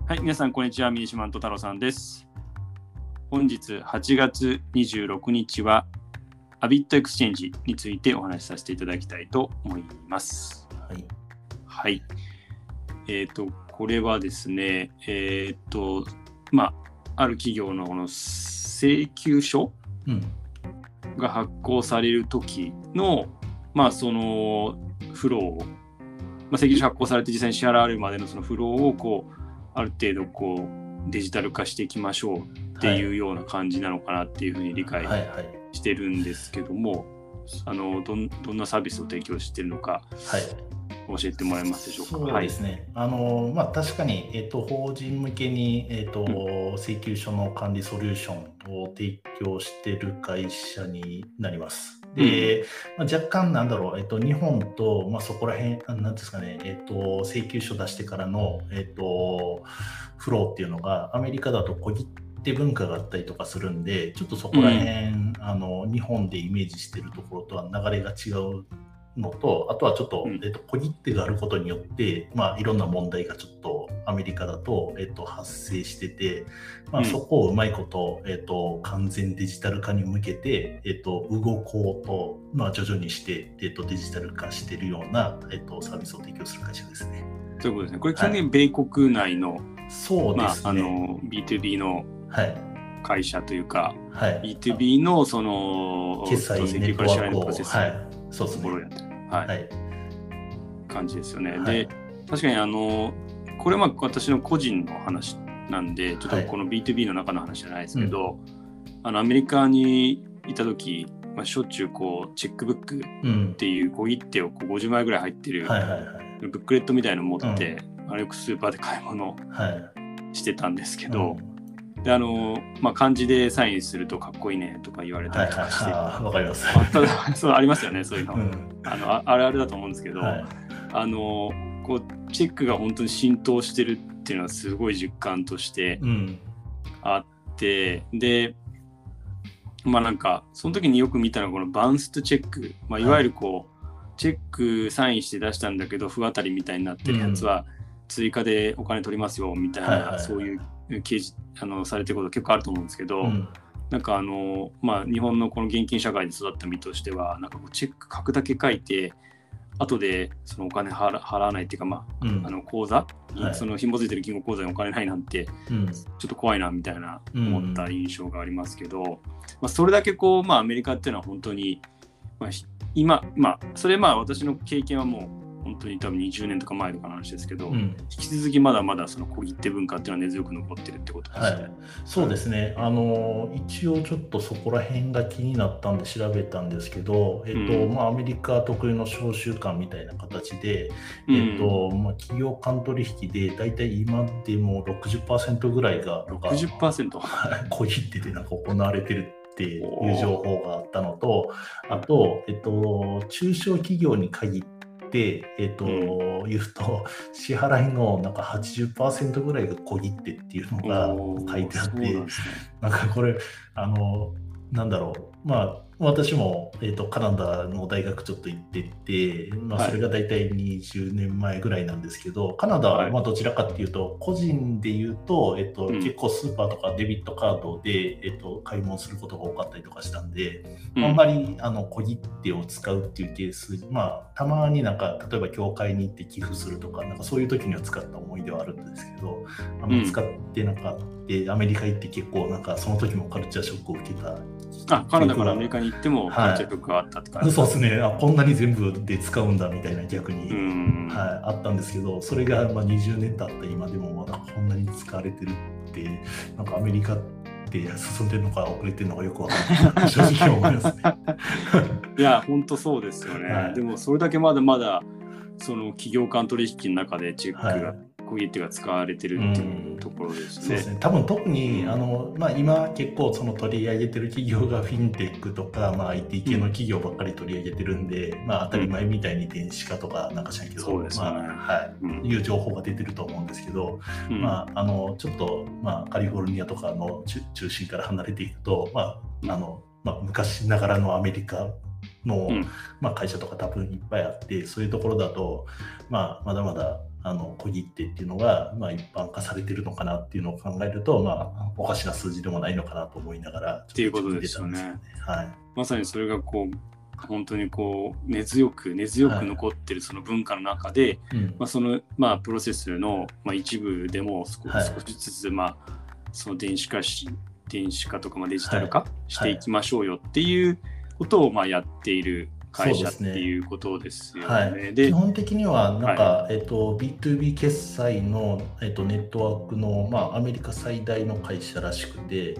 はい、皆さんこんにちは。ミニシマント太郎さんです。本日8月26日はアビットエクスチェンジについてお話しさせていただきたいと思います。 はい。 はい。これはですね、ある企業のこの請求書が発行される時の、そのフローを、請求書発行されて実際に支払われるまでのそのフローをこうある程度こうデジタル化していきましょうっていうような感じなのかなっていうふうに理解してるんですけども、どんなサービスを提供しているのか教えてもらえますでしょうか。 そうですね。確かに、法人向けに、請求書の管理ソリューションを提供している会社になります。で、若干日本と、そこら辺なんですかね、請求書出してからの、フローっていうのがアメリカだと小切手文化があったりとかするんで、ちょっとそこら辺、日本でイメージしているところとは流れが違うのと、あとはちょっと、小切手があることによって、いろんな問題がちょっとアメリカだと、発生してて、そこをうまいこと、完全デジタル化に向けて、動こうと、徐々にして、デジタル化しているような、サービスを提供する会社ですね。 そういうことですね。これ基本的に米国内の、 そうですね。 B2B の会社というか、B2B のその決済ネットワークを、 プロセスそうですね。 感じですよね。で、確かにこれは私の個人の話なんで、ちょっとこの B2B の中の話じゃないですけど、アメリカにいた時、しょっちゅうこうチェックブックっていう小切手をこう50枚ぐらい入ってるブックレットみたいなのを持って、よくスーパーで買い物してたんですけど、で漢字でサインするとかっこいいねとか言われたりとかして、 わかります。 そうありますよね、そういうの、あるあるだと思うんですけど、こうチェックが本当に浸透してるっていうのはすごい実感としてあって、でなんかその時によく見たのはこのバウンストチェック、いわゆるこうチェックサインして出したんだけど不当たりみたいになってるやつは追加でお金取りますよみたいな、そういう掲示されてること結構あると思うんですけど、なんか日本のこの現金社会で育った身としては、なんかこうチェック書くだけ書いて後でそのお金払わないっていうか、口座、その紐づいてる銀行口座にお金ないなんて、ちょっと怖いなみたいな思った印象がありますけど、それだけこう、アメリカっていうのは本当に、今、それ私の経験はもう本当に多分20年とか前とかの話ですけど、引き続きまだまだその小切手文化っていうのは根強く残ってるってことですね。 そうですね。一応ちょっとそこら辺が気になったんで調べたんですけど、アメリカ特有の商習慣みたいな形で、企業間取引でだいたい今でも 60% ぐらいが 60%? 小切手で行われてるっていう情報があったのと、あと、中小企業に限って言うと支払いのなんか 80% ぐらいが小切手っていうのが書いてあって、なんかこれ私も、カナダの大学ちょっと行ってて、それが大体20年前ぐらいなんですけど、カナダはどちらかっていうと個人で言うと、結構スーパーとかデビットカードで、買い物することが多かったりとかしたんで、あんまり小切手を使うっていうケース、たまになんか例えば教会に行って寄付するとか、なんかそういう時には使った思い出はあるんですけど、あんまり使ってなかった。アメリカ行って結構なんかその時もカルチャーショックを受けた。 カナダからアメリカに行ってもカルチャーショックがあったって感じ、 そうですね。こんなに全部で使うんだみたいな逆に、あったんですけど、それが20年経った今でもまだこんなに使われてるって、なんかアメリカって進んでるのか遅れてるのかよくわからない正直思いますね。 いや本当そうですよね。でもそれだけまだまだその企業間取引の中でチェックが、小切手が使われてるっていうところですね。 そうですね。多分特に今結構その取り上げてる企業がフィンテックとか、IT 系の企業ばっかり取り上げてるんで、当たり前みたいに電子化とかなんかしないけど、いう情報が出てると思うんですけど、ちょっとカリフォルニアとかの中心から離れていくと、昔ながらのアメリカの、会社とか多分いっぱいあって、そういうところだと、まだまだ小切手っていうのが、一般化されてるのかなっていうのを考えると、おかしな数字でもないのかなと思いながらっていうことですよね。 はい、 まさにそれが本当に根強く残ってるその文化の中で、そのプロセスの一部でも少しずつその電子化とかデジタル化していきましょうよっていうことをやっている会社っていうことですよね。 で基本的にはB2B 決済の、ネットワークの、アメリカ最大の会社らしくて、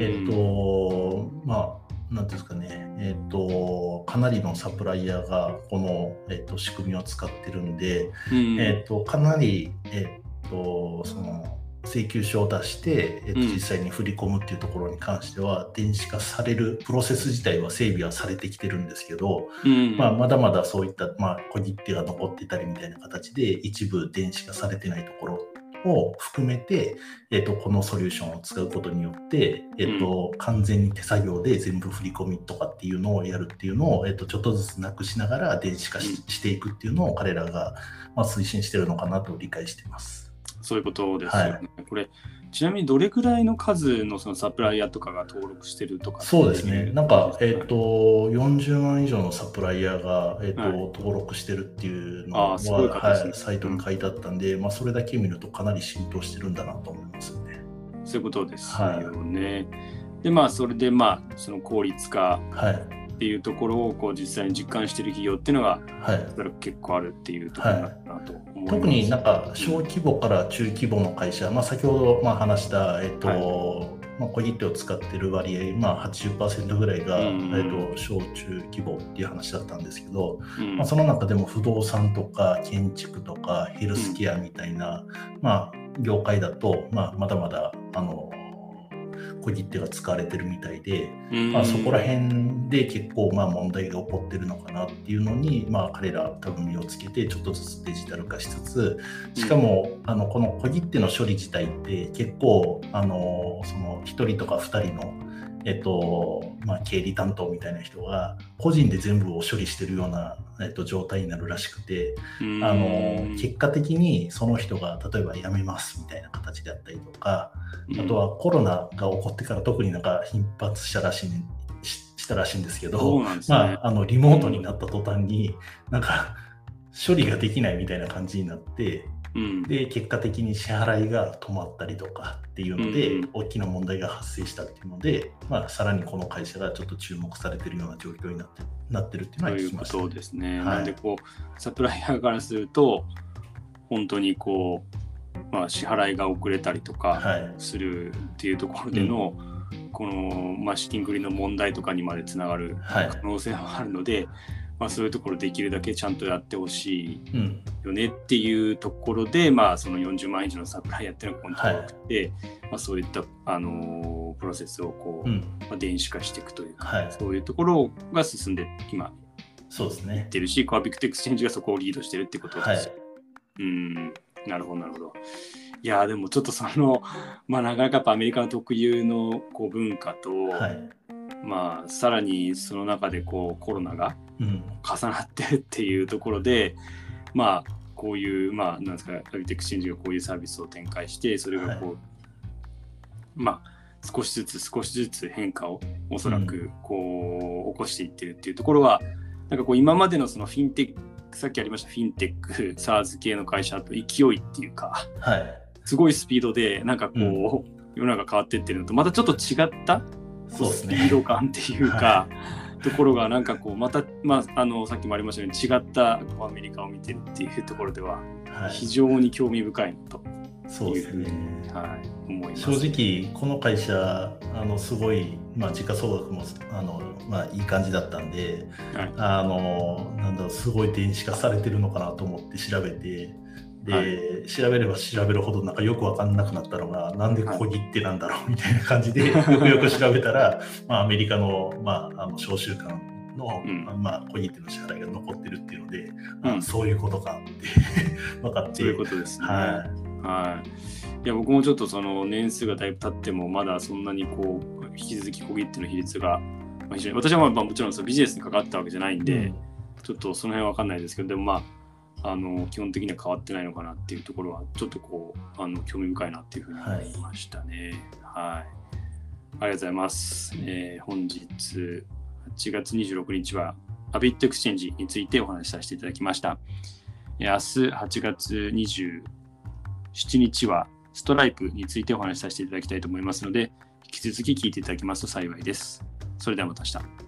なんていうんですかね、かなりのサプライヤーがこの、仕組みを使ってるんで、かなり、その請求書を出して、実際に振り込むっていうところに関しては、電子化されるプロセス自体は整備はされてきてるんですけど、まだまだそういった、小切手が残ってたりみたいな形で一部電子化されてないところを含めて、このソリューションを使うことによって、完全に手作業で全部振り込みとかっていうのをやるっていうのを、ちょっとずつなくしながら電子化していくっていうのを彼らが、推進してるのかなと理解しています。 そういうことですよね。これちなみにどれくらいの数のそのサプライヤーとかが登録してるとか。 そうですね。40万以上のサプライヤーが、登録してるっていうのは、サイトに書いてあったんで、それだけ見るとかなり浸透してるんだなと思いますね。 そういうことですよね。でそれでその効率化っていうところを実際に実感している企業っていうのが、結構あるっていうところなのかなと思います。 特に小規模から中規模の会社、先ほど話した、小切手を使っている割合、80% ぐらいが、小中規模っていう話だったんですけど、その中でも不動産とか建築とかヘルスケアみたいな、業界だと、まだまだ小切手が使われてるみたいで、そこら辺で結構問題が起こってるのかなっていうのに、彼ら多分目をつけてちょっとずつデジタル化しつつ、しかもこの小切手の処理自体って結構その1人とか2人の経理担当みたいな人が個人で全部を処理してるような、状態になるらしくて、結果的にその人が例えば辞めますみたいな形であったりとか、あとはコロナが起こってから特に頻発したらしいんですけど、リモートになった途端に処理ができないみたいな感じになって、で結果的に支払いが止まったりとかっていうので、大きな問題が発生したっていうので、さらにこの会社がちょっと注目されているような状況になってるっていうのは聞きました。 ということですね。なのでサプライヤーからすると本当に支払いが遅れたりとかするっていうところでの、この資金繰りの問題とかにまでつながる可能性があるので、そういうところできるだけちゃんとやってほしいよねっていうところで、その40万以上のサプライヤーっていうのが登録して、そういったプロセスを電子化していくというか、そういうところが進んで今いってるし、コアビッグテックスチェンジがそこをリードしてるってことです。なるほどなるほど。いやでもちょっとなかなかやっぱアメリカの特有の文化と、さらにその中でコロナが重なってるっていうところで、こういうなんですか、コアビッグテックスチェンジがこういうサービスを展開して、それが少しずつ変化をおそらく起こしていってるっていうところは、今までのそのフィンテック、さっきありましたフィンテック、SaaS 系の会社と勢いっていうか、すごいスピードで世の中変わっていってるのとまたちょっと違ったスピード感っていうかところがまた、さっきもありましたように違ったアメリカを見てるっていうところでは非常に興味深いのというふうに、思います。 正直この会社すごい、時価総額もいい感じだったんで、すごい電子化されてるのかなと思って調べて、で、調べれば調べるほどよく分かんなくなったのが、なんで小切手なんだろうみたいな感じでよくよく調べたら、アメリカの、商習慣の、小切手の支払いが残ってるっていうので、そういうことかって分かって。 そういうことですね。いや僕もちょっとその年数がだいぶ経ってもまだそんなに引き続き小切手の比率が、非常に私はもちろんビジネスに関わったわけじゃないんで、ちょっとその辺は分かんないですけど、でも基本的には変わってないのかなっていうところはちょっとこう興味深いなっていうふうに思いましたね。はい、ありがとうございます。本日8月26日はアビットエクスチェンジについてお話しさせていただきました。明日8月27日はストライプについてお話しさせていただきたいと思いますので、引き続き聞いていただきますと幸いです。それではまた明日。